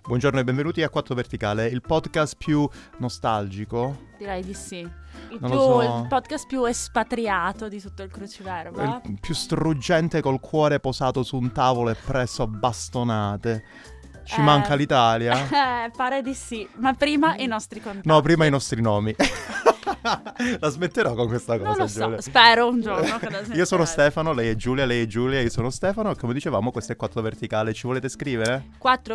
Buongiorno e benvenuti a Quattro Verticale, il podcast più nostalgico. Direi di sì. Il podcast più espatriato di tutto il cruciverba. Il più struggente col cuore posato su un tavolo e presso a bastonate. Ci manca l'Italia? Pare di sì, ma prima i nostri contatti. No, prima i nostri nomi. La smetterò con questa cosa, non lo so, Giulia. spero un giorno che la smetterai. Io sono Stefano, lei è Giulia, io sono Stefano e come dicevamo questo è Quattro Verticale. Ci volete scrivere?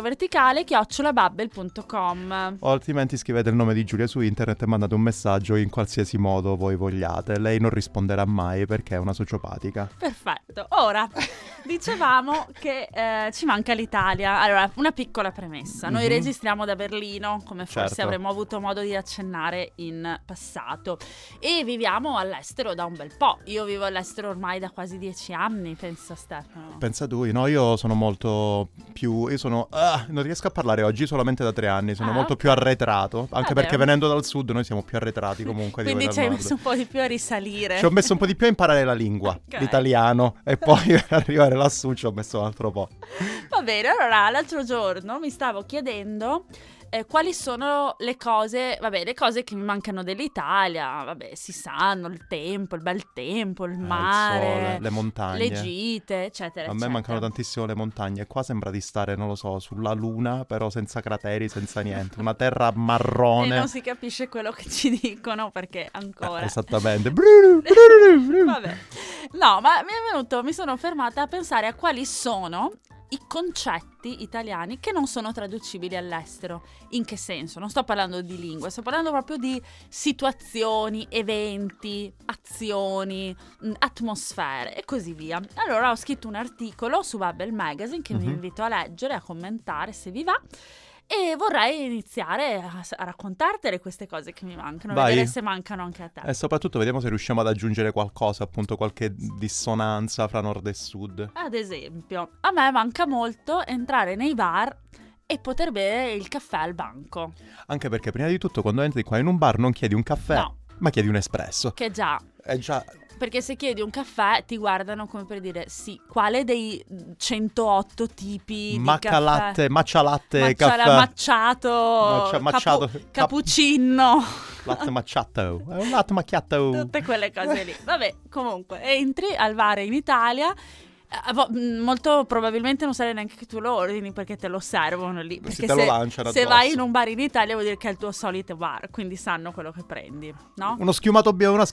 4verticale@babbel.com. O altrimenti scrivete il nome di Giulia su internet e mandate un messaggio in qualsiasi modo voi vogliate. Lei non risponderà mai perché è una sociopatica. Perfetto. Ora, dicevamo che ci manca l'Italia. Allora, una piccola premessa. Noi registriamo da Berlino, come forse Certo. avremmo avuto modo di accennare in passato. E viviamo all'estero da un bel po'. Io vivo all'estero ormai da quasi 10 anni, pensa Stefano. Pensa tu, no, io sono molto più... non riesco a parlare oggi solamente da 3 anni, sono molto più arretrato, anche perché venendo dal sud noi siamo più arretrati comunque di voi Quindi dal ci hai nord. messo un po' di più a risalire. Ci ho messo un po' di più a imparare la lingua, Ok. l'italiano, e poi per arrivare lassù ci ho messo un altro po'. Va bene, allora l'altro giorno mi stavo chiedendo quali sono le cose che mi mancano dell'Italia. Vabbè, si sanno, il tempo, il bel tempo, il mare, Il sole, le montagne. le gite, eccetera, A me eccetera. mancano tantissimo le montagne. Qua sembra di stare, non lo so, sulla luna, però senza crateri, senza niente. Una terra E marrone. non si capisce quello che ci dicono perché ancora. Esattamente. Vabbè. No, ma mi sono fermata a pensare a quali sono i concetti italiani che non sono traducibili all'estero. In che senso? Non sto parlando di lingue, sto parlando proprio di situazioni, eventi, azioni, atmosfere e così via. Allora ho scritto un articolo su Babbel Magazine che vi invito a leggere, a commentare se vi va. E vorrei iniziare a raccontartele queste cose che mi mancano, Vai. vedere se mancano anche a te. E soprattutto vediamo se riusciamo ad aggiungere qualcosa, appunto qualche dissonanza fra nord e sud. Ad esempio, a me manca molto entrare nei bar e poter bere il caffè al banco. Anche perché prima di tutto quando entri qua in un bar non chiedi un caffè, No. ma chiedi un espresso. Che già, È già... perché se chiedi un caffè ti guardano come per dire sì, quale dei 108 tipi di Macca caffè? latte, matcha latte, caffè... Macciato, cappuccino, Latte macchiato. È un latte macchiato. tutte quelle cose lì. Vabbè, comunque, entri al bar in Italia. Molto probabilmente non sarai neanche che tu lo ordini perché te lo servono lì. Perché te lo lanciano se addosso. vai in un bar in Italia vuol dire che è il tuo solito bar, quindi sanno quello che prendi, no? Uno schiumato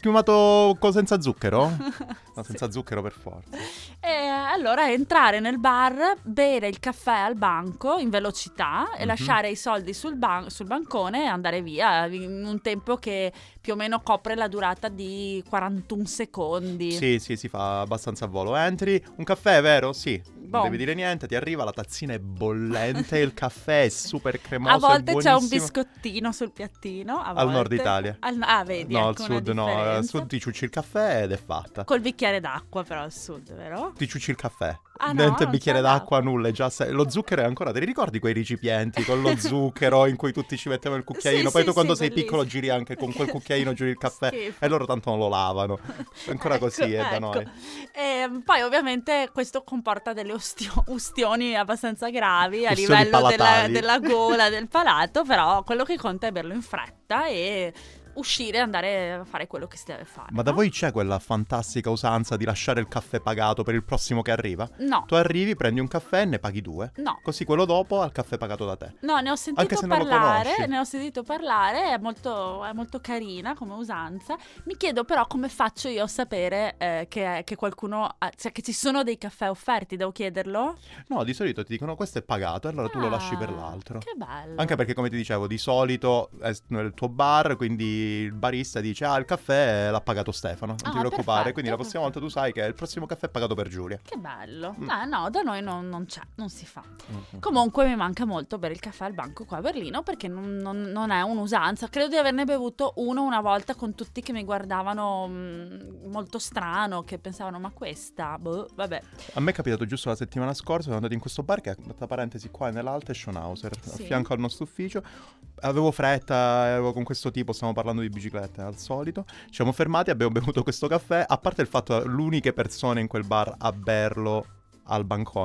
senza zucchero? No, Sì. senza zucchero per forza. E allora entrare nel bar, bere il caffè al banco in velocità e lasciare i soldi sul bancone e andare via in un tempo che più o meno copre la durata di 41 secondi. Sì, si fa abbastanza a volo. Entri, un caffè, vero? Sì. Non Boh. devi dire niente, ti arriva, la tazzina è bollente, il caffè è super cremoso, A volte è c'è un buonissimo. biscottino sul piattino. A Al volte. nord Italia. Vedi, No, al ecco una sud no, al differenza. sud ti ciucci il caffè ed è fatta. Col bicchiere d'acqua però al sud, vero? Ti ciucci il caffè. Ah, no, Niente non bicchiere c'è d'acqua, nulla, è già lo zucchero è ancora, ti ricordi quei recipienti con lo zucchero in cui tutti ci mettevano il cucchiaino? Sì, Poi sì, tu quando sì, sei bellissimo. piccolo giri anche con quel cucchiaino, giuri il caffè Schifo. e loro tanto non lo lavano. È ancora così, da ecco. noi. E poi ovviamente questo comporta delle ustioni abbastanza gravi a Ustioni livello palatali. della gola, del palato, però quello che conta è berlo in fretta e uscire e andare a fare quello che si deve fare. Ma da no? voi c'è quella fantastica usanza di lasciare il caffè pagato per il prossimo che arriva? No, Tu arrivi, prendi un caffè e ne paghi 2. no. Così quello dopo ha il caffè pagato da te. No, ne ho Anche sentito se non lo parlare, conosci. è molto carina come usanza. Mi chiedo però come faccio io a sapere che qualcuno, cioè che ci sono dei caffè offerti, devo chiederlo? No, di solito ti dicono questo è pagato e allora tu lo lasci per Ah, l'altro. Che bello. Anche perché, come ti dicevo, di solito è nel tuo bar, quindi il barista dice il caffè l'ha pagato Stefano, non ti preoccupare. Perfetto, Quindi la prossima volta tu sai che il prossimo caffè è pagato per Giulia. Che bello. No, da noi non c'è, non si fa. Mhm. Comunque mi manca molto bere il caffè al banco qua a Berlino perché non è un'usanza. Credo di averne bevuto uno una volta con tutti che mi guardavano molto strano, che pensavano ma questa, boh, vabbè. A me è capitato giusto la settimana scorsa, sono andato in questo bar che, tra parentesi, qua è nell'Alte Schönhauser, Sì. a fianco al nostro ufficio. Avevo fretta, ero con questo tipo, stavamo parlando di biciclette al solito. Ci siamo fermati, abbiamo bevuto questo caffè. A parte il fatto che l'uniche persone in quel bar a berlo al bancone,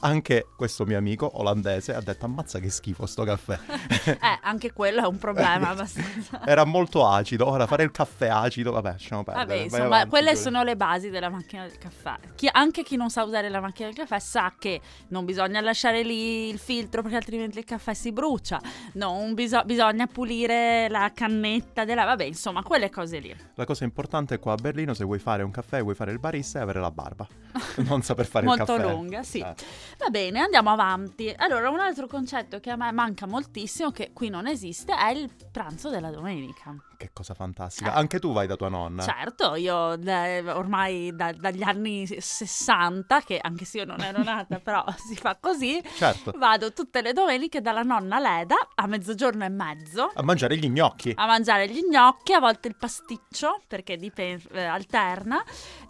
Anche questo mio amico olandese ha detto ammazza che schifo sto caffè. Anche quello è un problema abbastanza. Era molto acido, ora fare il caffè acido, vabbè, lasciamo perdere. Vabbè, Vai insomma, avanti, quelle Giulia. sono le basi della macchina del caffè. Anche chi non sa usare la macchina del caffè sa che non bisogna lasciare lì il filtro perché altrimenti il caffè si brucia, non bisogna pulire la cannetta vabbè, insomma, quelle cose lì. La cosa importante qua a Berlino, se vuoi fare un caffè, vuoi fare il barista, è avere la barba. Non saper fare il Molto caffè. lunga, sì. Va bene, andiamo avanti. Allora, un altro concetto che a me manca moltissimo, che qui non esiste, è il pranzo della domenica. Che cosa fantastica. Anche tu vai da tua nonna? Certo, io ormai dagli anni 60, che anche se io non ero nata, però si fa così, Certo. vado tutte le domeniche dalla nonna Leda a 12:30 A mangiare gli gnocchi. a mangiare gli gnocchi, a volte il pasticcio, perché alterna,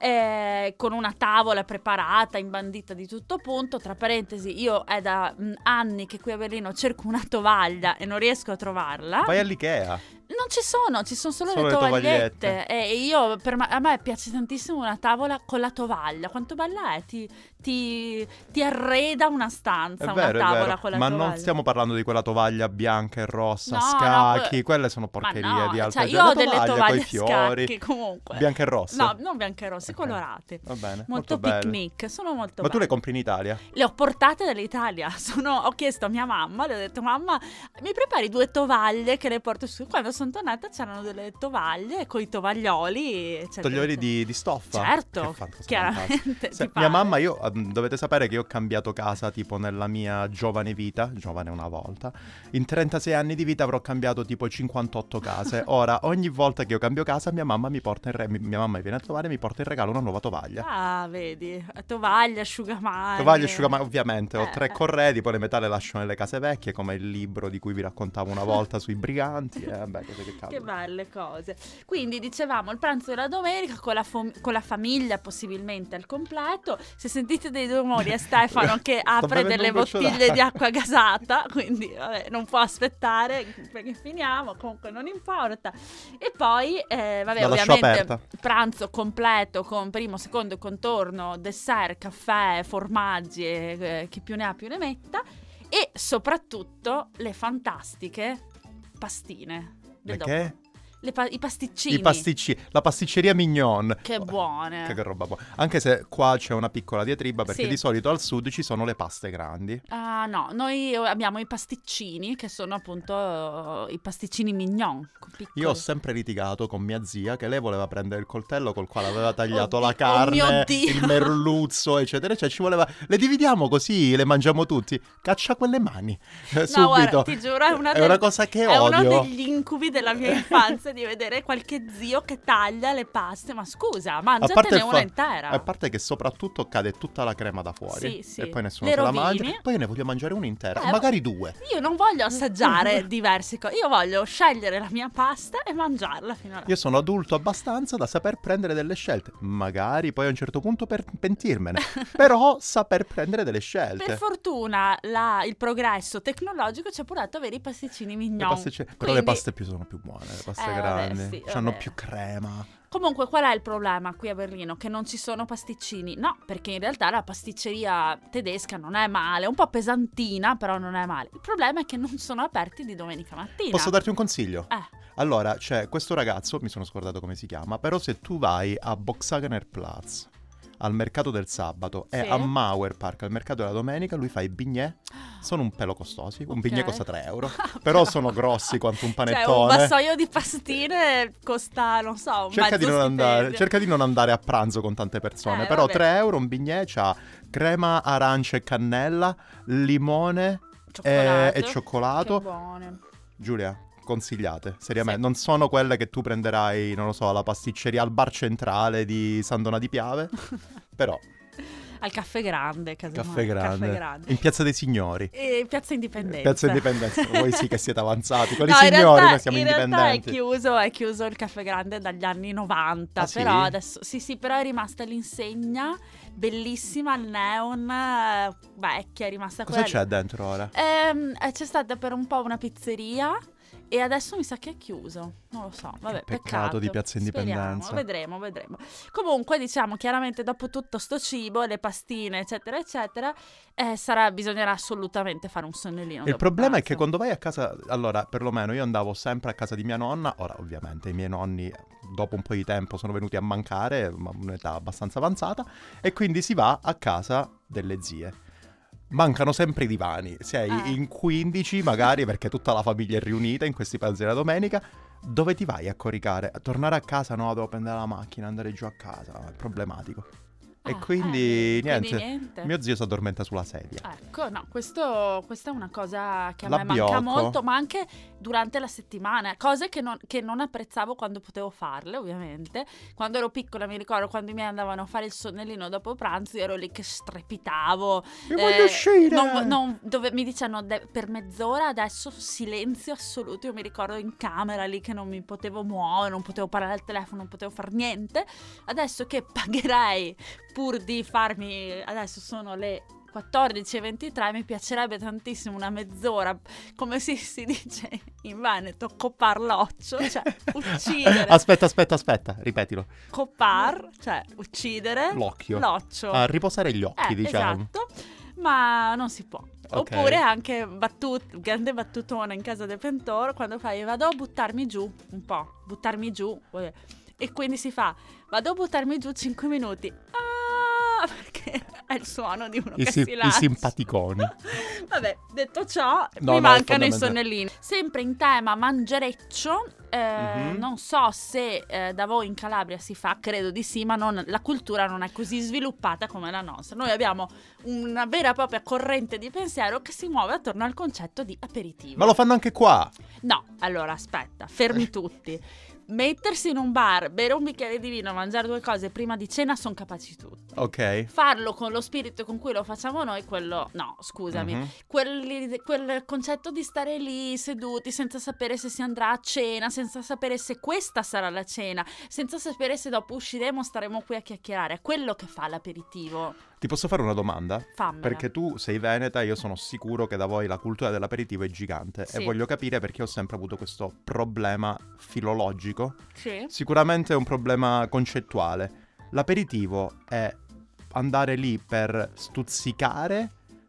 con una tavola preparata, imbandita di tutto punto. Tra parentesi, io è da anni che qui a Berlino cerco una tovaglia e non riesco a trovarla. Vai all'Ikea. Non ci sono solo Solo le le tovagliette. tovagliette. E io, a me piace tantissimo una tavola con la tovaglia. Quanto bella è? Ti arreda una stanza, È una vero, è tavola vero. con la Ma tovaglia. non stiamo parlando di quella tovaglia bianca e rossa, No, scacchi, no, quelle sono porcherie ma no, di altra cioè, genere. io ho delle Tovaglie tovaglie coi fiori, scacchi comunque. bianche e rosse. No, non bianche e rosse, Ok. colorate. Va bene, Molto bello. picnic, sono molto Ma tu le belle. compri in Italia? Le ho portate dall'Italia. Ho chiesto a mia mamma, le ho detto: mamma, mi prepari 2 tovaglie che le porto su? Quando sono tornata c'erano delle tovaglie con i tovaglioli, eccetera. Toglioli eccetera. di stoffa? Certo, Che fantastico. chiaramente. Se- ti mia pare. mamma, io dovete sapere che io ho cambiato casa tipo nella mia giovane vita, giovane una volta. In 36 anni di vita avrò cambiato tipo 58 case. Ora, ogni volta che io cambio casa, mia mamma mi porta mia mamma mi viene a trovare e mi porta in regalo una nuova tovaglia. Ah, vedi, tovaglie, asciugamani. Tovaglie, asciugamani, ovviamente. Ho 3 Eh. corredi, poi le metà le lascio nelle case vecchie, come il libro di cui vi raccontavo una volta sui briganti. E vabbè, cose che Che cavolo. belle cose. Quindi dicevamo il pranzo della domenica con la famiglia possibilmente al completo. Se sentite dei rumori è Stefano che apre bevendo delle un goccio bottiglie d'acqua. di acqua gasata, quindi vabbè, non può aspettare perché finiamo, comunque non importa. E poi vabbè, La lascio ovviamente aperta. pranzo completo con primo, secondo contorno, dessert, caffè, formaggi e chi più ne ha più ne metta, e soprattutto le fantastiche pastine del Le dopo. che? I pasticcini. I pasticcini, la pasticceria Mignon. Che buone. Che roba buona. Anche se qua c'è una piccola diatriba perché Sì. di solito al sud ci sono le paste grandi. Ah no, noi abbiamo i pasticcini che sono appunto i pasticcini mignon. Piccoli. Io ho sempre litigato con mia zia che lei voleva prendere il coltello col quale aveva tagliato la Oddio, oh mio carne, Dio. il merluzzo, eccetera, cioè ci voleva. Le dividiamo così, le mangiamo tutti. Caccia quelle mani. No, Subito. guarda, ti giuro, È una cosa che è odio. uno degli incubi della mia infanzia di vedere qualche zio che taglia le paste. Ma scusa, mangiatene una intera. A parte che soprattutto cade tutta la crema da fuori. Sì, sì. E poi nessuno Le se la rovini. mangia. Poi io ne voglio mangiare una intera, Eh, magari 2. Io non voglio assaggiare diverse cose. Io voglio scegliere la mia pasta e mangiarla fino alla Io sono adulto abbastanza da saper prendere delle scelte. Magari poi a un certo punto per pentirmene. Però saper prendere delle scelte. Per fortuna il progresso tecnologico ci ha portato a avere i pasticcini mignon. Però le Quindi- paste più sono più buone, le paste vabbè, grandi. sì, Hanno vabbè. più crema. Comunque, qual è il problema qui a Berlino? Che non ci sono pasticcini? No, perché in realtà la pasticceria tedesca non è male, è un po' pesantina, però non è male. Il problema è che non sono aperti di domenica mattina. Posso darti un consiglio? Eh, Allora, c'è questo ragazzo, mi sono scordato come si chiama, però se tu vai a Boxhagener Platz, al mercato del sabato, e Sì. a Mauer Park, al mercato della domenica, lui fa i bignè. Sono un pelo costosi, un Ok. bignè costa 3 euro, però sono grossi quanto un cioè, un panettone. vassoio di pastine costa, non so, un Cerca di, mezzo non andare, stipendio. cerca di non andare a pranzo con tante persone, però vabbè. 3 euro un bignè c'ha crema arancia e cannella, limone e cioccolato. Che buone. Giulia, consigliate, seriamente. Sì. Non sono quelle che tu prenderai, non lo so, alla pasticceria, al bar centrale di San Donà di Piave, però Al caffè grande, caffè grande. In Piazza dei Signori. E Piazza Indipendenza. Piazza Indipendenza. Voi sì che siete avanzati. Con No, i in signori realtà- noi siamo in realtà indipendenti. è chiuso il caffè grande dagli anni 90. Ah, sì? Però adesso sì, però è rimasta l'insegna bellissima al neon, vecchia, è rimasta Cosa quella. c'è dentro ora? C'è stata per un po' una pizzeria e adesso mi sa che è chiuso, non lo so, vabbè, Peccato di Piazza Indipendenza. Speriamo, vedremo. Comunque diciamo chiaramente dopo tutto sto cibo, le pastine eccetera eccetera, bisognerà assolutamente fare un sonnellino. Il problema è che quando vai a casa, allora perlomeno io andavo sempre a casa di mia nonna, ora ovviamente i miei nonni dopo un po' di tempo sono venuti a mancare, ma un'età abbastanza avanzata, e quindi si va a casa delle zie. Mancano sempre i divani, sei in 15 magari perché tutta la famiglia è riunita in questi pranzi della domenica. Dove ti vai a coricare? A tornare a casa? No, devo prendere la macchina, andare giù a casa, è problematico. E quindi niente, mio zio si addormenta sulla sedia. Ecco, no, questa è una cosa che a me manca molto, ma anche durante la settimana, cose che non apprezzavo quando potevo farle, ovviamente. Quando ero piccola mi ricordo quando i miei andavano a fare il sonnellino dopo pranzo, io ero lì che strepitavo. Io voglio uscire! Dove mi dicevano per mezz'ora adesso silenzio assoluto, io mi ricordo in camera lì che non mi potevo muovere, non potevo parlare al telefono, non potevo fare niente. Adesso che pagherei pur di farmi, adesso sono le 14:23, mi piacerebbe tantissimo una mezz'ora, come si dice in Veneto, copar l'occio, cioè uccidere. Aspetta, ripetilo. Copar, cioè uccidere l'occhio. Riposare gli occhi, diciamo. Esatto, ma non si può. Okay. Oppure anche grande battutona in casa del Pentor, quando fai vado a buttarmi giù un po', e quindi si fa vado a buttarmi giù 5 minuti. Perché è il suono di uno che si lancia. I simpaticoni. Vabbè, detto ciò, mi mancano i sonnellini. Sempre in tema mangereccio, non so se da voi in Calabria si fa, credo di sì, ma la cultura non è così sviluppata come la nostra. Noi abbiamo una vera e propria corrente di pensiero che si muove attorno al concetto di aperitivo. Ma lo fanno anche qua? No, allora aspetta, fermi tutti. Mettersi in un bar, bere un bicchiere di vino, mangiare 2 cose prima di cena sono capaci tutti. Ok. Farlo con lo spirito con cui lo facciamo noi, quello no, scusami. Quel concetto di stare lì seduti senza sapere se si andrà a cena, senza sapere se questa sarà la cena, senza sapere se dopo usciremo o staremo qui a chiacchierare, è quello che fa l'aperitivo. Ti posso fare una domanda? Fammela. Perché tu sei veneta, io sono sicuro che da voi la cultura dell'aperitivo è gigante. Sì. E voglio capire perché ho sempre avuto questo problema filologico. Sì. Sicuramente è un problema concettuale. L'aperitivo è andare lì per stuzzicare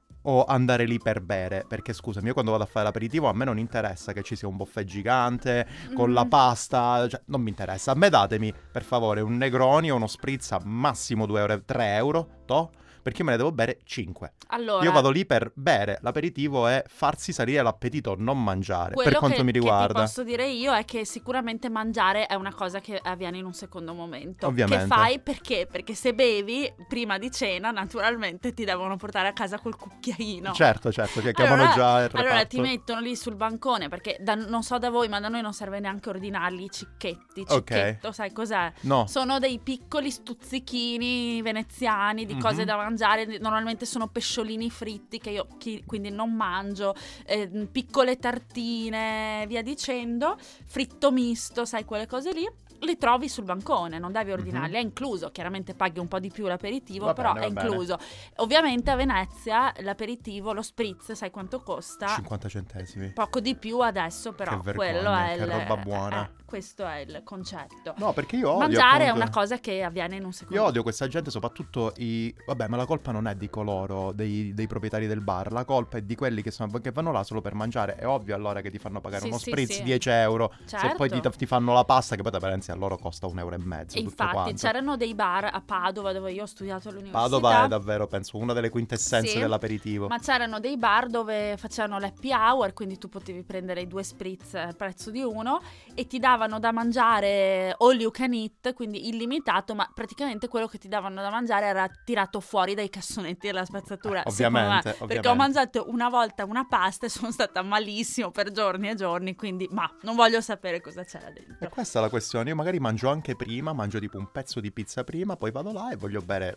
o andare lì per bere? Perché scusami, io quando vado a fare l'aperitivo a me non interessa che ci sia un buffet gigante con la pasta, cioè non mi interessa. A me datemi per favore un Negroni o uno spritz a massimo 2 euro, 3 euro, perché io me ne devo bere 5. Allora, io vado lì per bere, l'aperitivo è farsi salire l'appetito, non mangiare, quello per quanto mi riguarda. Quello che ti posso dire io è che sicuramente mangiare è una cosa che avviene in un secondo momento. Ovviamente. Che fai perché? Perché se bevi prima di cena, naturalmente ti devono portare a casa col cucchiaino. Certo, che chiamano già il reparto. Allora ti mettono lì sul bancone, perché non so da voi, ma da noi non serve neanche ordinarli i cicchetti. Cicchetto, sai cos'è? No. Sono dei piccoli stuzzichini veneziani di cose da mangiare. Normalmente sono pesciolini fritti che io quindi non mangio, piccole tartine, via dicendo, fritto misto, sai, quelle cose lì. Li trovi sul bancone, non devi ordinarli, è incluso, chiaramente paghi un po' di più l'aperitivo, va però bene, è incluso. Ovviamente a Venezia l'aperitivo, lo spritz, sai quanto costa? 50 centesimi. Poco di più adesso, però che quello è che roba buona. questo è il concetto. No, perché io odio mangiare appunto, è una cosa che avviene in un secondo. Io odio questa gente, soprattutto vabbè, ma la colpa non è di coloro, dei proprietari del bar, la colpa è di quelli che vanno là solo per mangiare. È ovvio allora che ti fanno pagare uno spritz 10 euro, certo. Se poi ti fanno la pasta, che poi da Parenzi a loro costa 1,5 euro. E infatti c'erano dei bar a Padova dove io ho studiato all'università. Padova è davvero, penso, una delle quintessenze dell'aperitivo. Ma c'erano dei bar dove facevano l'happy hour, quindi tu potevi prendere i 2 spritz al prezzo di uno e ti davano da mangiare all you can eat, quindi illimitato, ma praticamente quello che ti davano da mangiare era tirato fuori dai cassonetti della spazzatura. Ovviamente. Perché ho mangiato una volta una pasta e sono stata malissimo per giorni e giorni, quindi non voglio sapere cosa c'era dentro. E questa è la questione, io magari mangio anche prima, mangio tipo un pezzo di pizza prima, poi vado là e voglio bere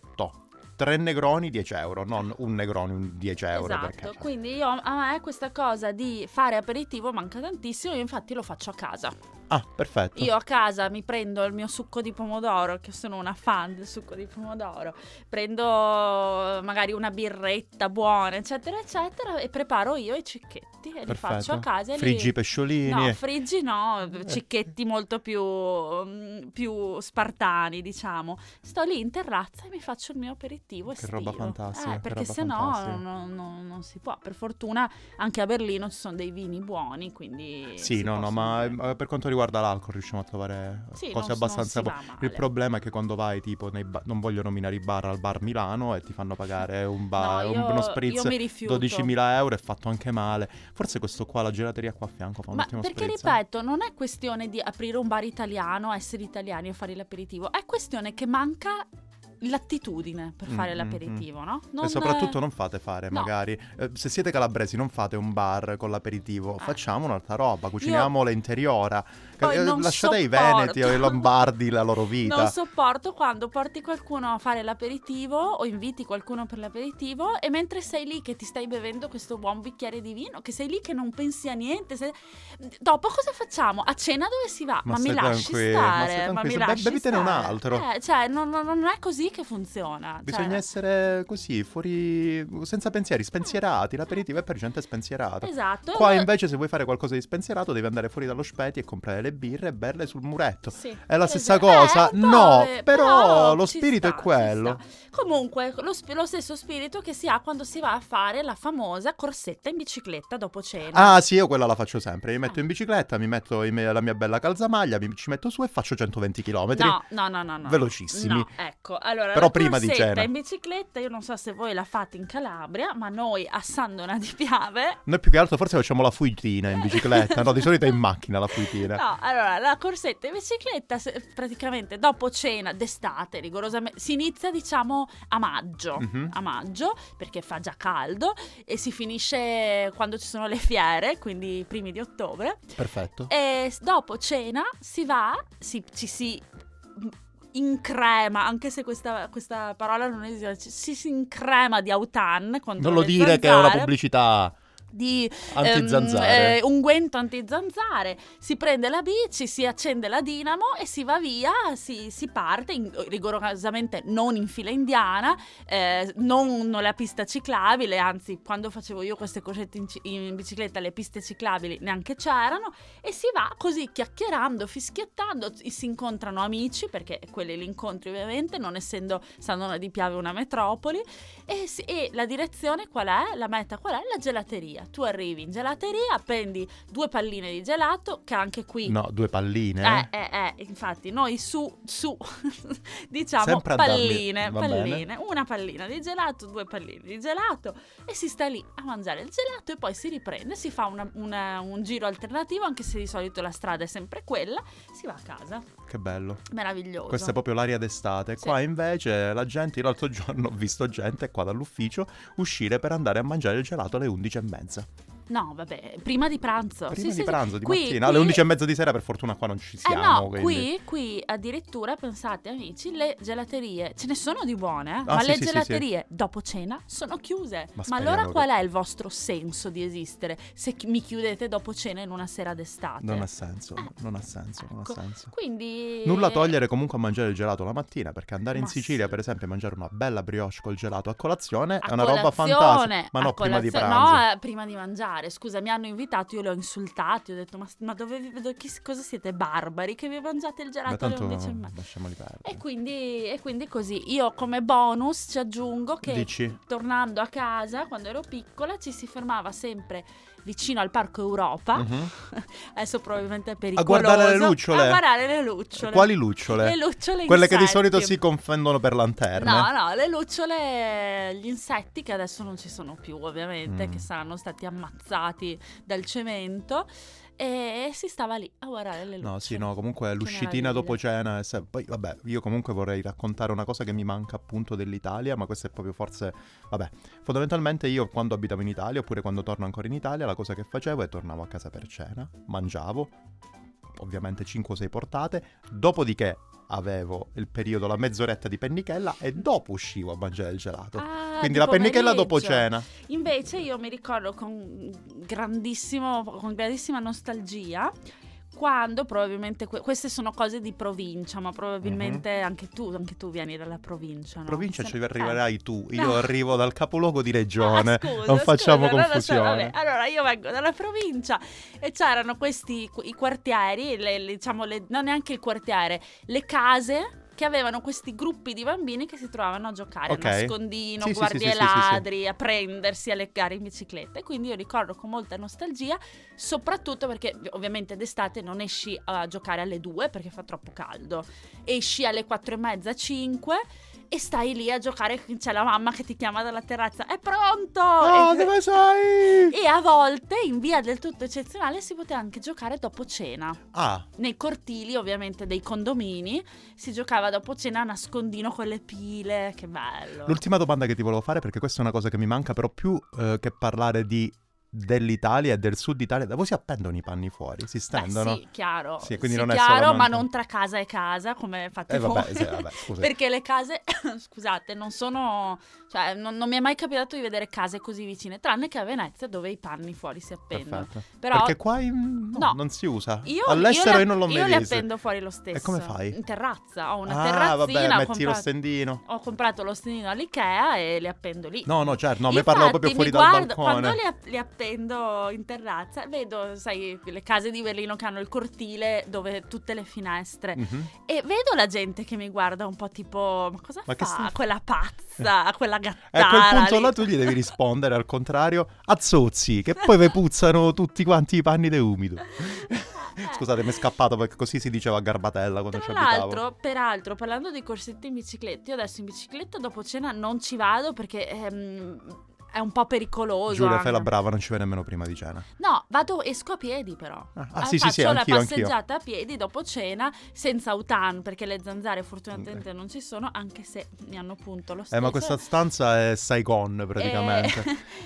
3 Negroni 10 euro, non un Negroni 10 euro. Esatto, perché quindi a me questa cosa di fare aperitivo manca tantissimo, io infatti lo faccio a casa. Ah, perfetto. Io a casa mi prendo il mio succo di pomodoro, che sono una fan del succo di pomodoro, prendo magari una birretta buona, eccetera, eccetera, e preparo io i cicchetti e li faccio a casa. E friggi i pesciolini. No, friggi no, cicchetti molto più spartani, diciamo. Sto lì in terrazza e mi faccio il mio aperitivo Che estivo. roba fantastica. Perché sennò non si può. Per fortuna anche a Berlino ci sono dei vini buoni, quindi sì, no, ma per quanto riguarda l'alcol riusciamo a trovare cose abbastanza il problema è che quando vai tipo non voglio nominare i bar, al bar Milano, e ti fanno pagare uno spritz 12.000 euro, è fatto anche male. Forse questo qua, la gelateria qua a fianco, fa un ottimo spritz. Perché ripeto, non è questione di aprire un bar italiano, essere italiani e fare l'aperitivo, è questione che manca l'attitudine per fare l'aperitivo, no? E soprattutto non fate magari se siete calabresi, non fate un bar con l'aperitivo, facciamo un'altra roba, cuciniamo l'interiora, lasciate i veneti o i lombardi la loro vita. Non sopporto quando porti qualcuno a fare l'aperitivo o inviti qualcuno per l'aperitivo e mentre sei lì che ti stai bevendo questo buon bicchiere di vino, che sei lì che non pensi a niente, dopo cosa facciamo? A cena dove si va? Ma mi lasci stare, ma mi lasci bevitene un altro. Cioè non è così che funziona. Bisogna essere così, fuori, senza pensieri, spensierati. L'aperitivo è per gente spensierata. Esatto. Qua invece se vuoi fare qualcosa di spensierato devi andare fuori dallo Speti e comprare le birre e berle sul muretto. Sì. È la stessa cosa? No, però lo spirito è quello. Comunque lo stesso spirito che si ha quando si va a fare la famosa corsetta in bicicletta dopo cena. Ah sì, io quella la faccio sempre. Mi metto in bicicletta, mi metto la mia bella calzamaglia, ci metto su e faccio 120 km. No. Velocissimi. No, ecco. Allora, però prima di cena in bicicletta, io non so se voi la fate in Calabria, ma noi a Sandona di Piave, noi più che altro forse facciamo la fuitina in bicicletta. No, di solito è in macchina la fuitina. No, allora la corsetta in bicicletta praticamente dopo cena d'estate, rigorosamente si inizia diciamo a maggio, perché fa già caldo, e si finisce quando ci sono le fiere, quindi i primi di ottobre. Perfetto. E dopo cena si va, ci si increma, anche se questa parola non esiste, si increma di autan. Non lo dire che è una pubblicità di antizanzare, unguento antizanzare. Si prende la bici, si accende la dinamo e si va via, si parte rigorosamente non in fila indiana, non la pista ciclabile, anzi quando facevo io queste corsette in bicicletta le piste ciclabili neanche c'erano, e si va così chiacchierando, fischiettando, si incontrano amici, perché quelli li incontri ovviamente, non essendo Sandona di Piave una metropoli, e la direzione qual è? La meta qual è? La gelateria. Tu arrivi in gelateria, prendi 2 palline di gelato, che anche qui... No, 2 palline? Infatti, noi su diciamo sempre palline, bene. una pallina di gelato, 2 palline di gelato, e si sta lì a mangiare il gelato e poi si riprende, si fa un giro alternativo, anche se di solito la strada è sempre quella, si va a casa. Che bello. Meraviglioso. Questa è proprio l'aria d'estate. Sì. Qua invece la gente, l'altro giorno ho visto gente qua dall'ufficio uscire per andare a mangiare il gelato alle 11:30. No, vabbè, prima di pranzo. Prima di pranzo, di mattina. Qui, alle 11:30 di sera per fortuna qua non ci siamo. No, qui addirittura, pensate amici, le gelaterie, ce ne sono di buone, ma sì, le sì, gelaterie dopo cena sono chiuse. Ma allora qual è il vostro senso di esistere se mi chiudete dopo cena in una sera d'estate? Non ha senso, non ha senso. Quindi... Nulla togliere comunque a mangiare il gelato la mattina, perché andare in Sicilia, per esempio, a mangiare una bella brioche col gelato a colazione è una roba fantastica. Ma no, prima di pranzo. No, prima di mangiare. Scusa, mi hanno invitato, io li ho insultati, ho detto ma dove cosa siete barbari che vi mangiate il gelato alle 11:30? Lasciamoli perdere. E quindi così, io come bonus ci aggiungo che tornando a casa quando ero piccola ci si fermava sempre vicino al Parco Europa. Adesso probabilmente è pericoloso. A guardare le lucciole. A guardare le lucciole. Quali lucciole? Le lucciole quelle insetti. Che di solito si confondono per lanterne. No, le lucciole, gli insetti che adesso non ci sono più ovviamente, che saranno stati ammazzati dal cemento. E si stava lì a guardare le lucciole. No, sì, no, comunque l'uscitina dopo cena. Poi, vabbè, io comunque vorrei raccontare una cosa che mi manca appunto dell'Italia, ma questa è proprio forse... Vabbè, fondamentalmente io quando abitavo in Italia, oppure quando torno ancora in Italia, la cosa che facevo è tornavo a casa per cena, mangiavo, ovviamente 5 o 6 portate, dopodiché avevo il periodo, la mezz'oretta di pennichella e dopo uscivo a mangiare il gelato. Quindi la pennichella dopo cena. Invece io mi ricordo con grandissima nostalgia quando probabilmente queste sono cose di provincia, ma probabilmente anche tu vieni dalla provincia, no? Provincia ci arriverai tu, io arrivo dal capoluogo di regione, scusa, non facciamo scusa, confusione. Vabbè, allora io vengo dalla provincia e c'erano i quartieri, non neanche il quartiere, le case che avevano questi gruppi di bambini che si trovavano a giocare a nascondino, sì, guardie sì, ladri, a prendersi, a leggare in bicicletta. E quindi io ricordo con molta nostalgia, soprattutto perché ovviamente d'estate non esci a giocare alle 2 perché fa troppo caldo, esci alle 4:30, 5 e stai lì a giocare, c'è la mamma che ti chiama dalla terrazza, è pronto! Oh, dove sei? E a volte, in via del tutto eccezionale, si poteva anche giocare dopo cena. Nei cortili, ovviamente, dei condomini, si giocava dopo cena a nascondino con le pile, che bello. L'ultima domanda che ti volevo fare, perché questa è una cosa che mi manca, però più che parlare dell'Italia e del sud Italia, da voi si appendono i panni fuori, si stendono? Sì, chiaro. Sì, quindi sì, non è chiaro, solamente... ma non tra casa e casa, come fate voi. Vabbè, scusa. Perché le case, scusate, non sono... Cioè, non mi è mai capitato di vedere case così vicine, tranne che a Venezia, dove i panni fuori si appendono. Perfetto. Però... Perché qua non si usa. All'estero io non l'ho mai visto. Io li appendo fuori lo stesso. E come fai? In terrazza. Ho una terrazzina. Vabbè, metti lo stendino. Ho comprato lo stendino all'Ikea e li appendo lì. No, certo, no, mi parlavo proprio fuori dal balcone. Quando li appendo in terrazza, vedo, sai, le case di Berlino che hanno il cortile dove tutte le finestre. E vedo la gente che mi guarda un po' tipo, ma cosa fa quella pazza, quella gattara? A quel punto là tu gli devi rispondere al contrario, azzozzi, che poi vi puzzano tutti quanti i panni de umido. Scusate, mi è scappato perché così si diceva a Garbatella quando ci abitavo. Peraltro, parlando di corsetti in bicicletta, io adesso in bicicletta dopo cena non ci vado perché è un po' pericoloso. Giulia, fai la brava, non ci vai nemmeno prima di cena. No, esco a piedi però. Sì, faccio la anch'io. passeggiata a piedi dopo cena, senza autan, perché le zanzare fortunatamente non ci sono, anche se mi hanno punto lo stesso. Ma questa stanza è Saigon praticamente.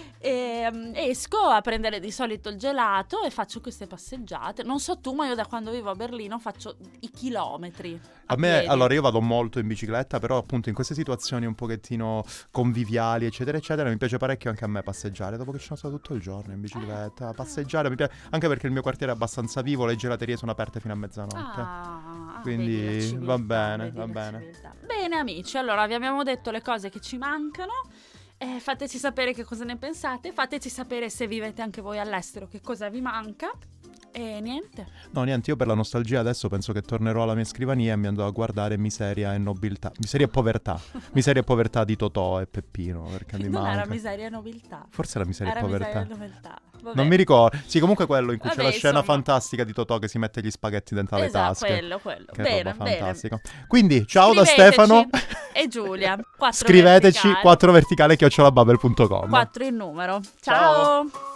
Esco a prendere di solito il gelato e faccio queste passeggiate. Non so tu, ma io da quando vivo a Berlino faccio i chilometri. A me, piedi. Allora, io vado molto in bicicletta, però appunto in queste situazioni un pochettino conviviali, eccetera, eccetera, mi piace parecchio anche a me passeggiare, dopo che ci sono stato tutto il giorno in bicicletta, passeggiare, mi piace, anche perché il mio quartiere è abbastanza vivo, le gelaterie sono aperte fino a mezzanotte. Quindi va bene. Bene amici, allora vi abbiamo detto le cose che ci mancano. Fateci sapere che cosa ne pensate, fateci sapere se vivete anche voi all'estero che cosa vi manca. E niente. No, niente, io per la nostalgia adesso penso che tornerò alla mia scrivania e mi andrò a guardare Miseria e Nobiltà. Miseria e Povertà. Miseria e Povertà di Totò e Peppino, perché mi manca. Non era Miseria e Nobiltà. Forse era Miseria e Povertà. Miseria e Nobiltà. Vabbè. Non mi ricordo. Sì, comunque quello in cui c'è la scena fantastica di Totò che si mette gli spaghetti dentro le tasche. Quello. Che bene, roba fantastico. Quindi, ciao da Scriveteci. Stefano E Giulia. Scriveteci 4verticale@babel.com. 4 in numero. Ciao.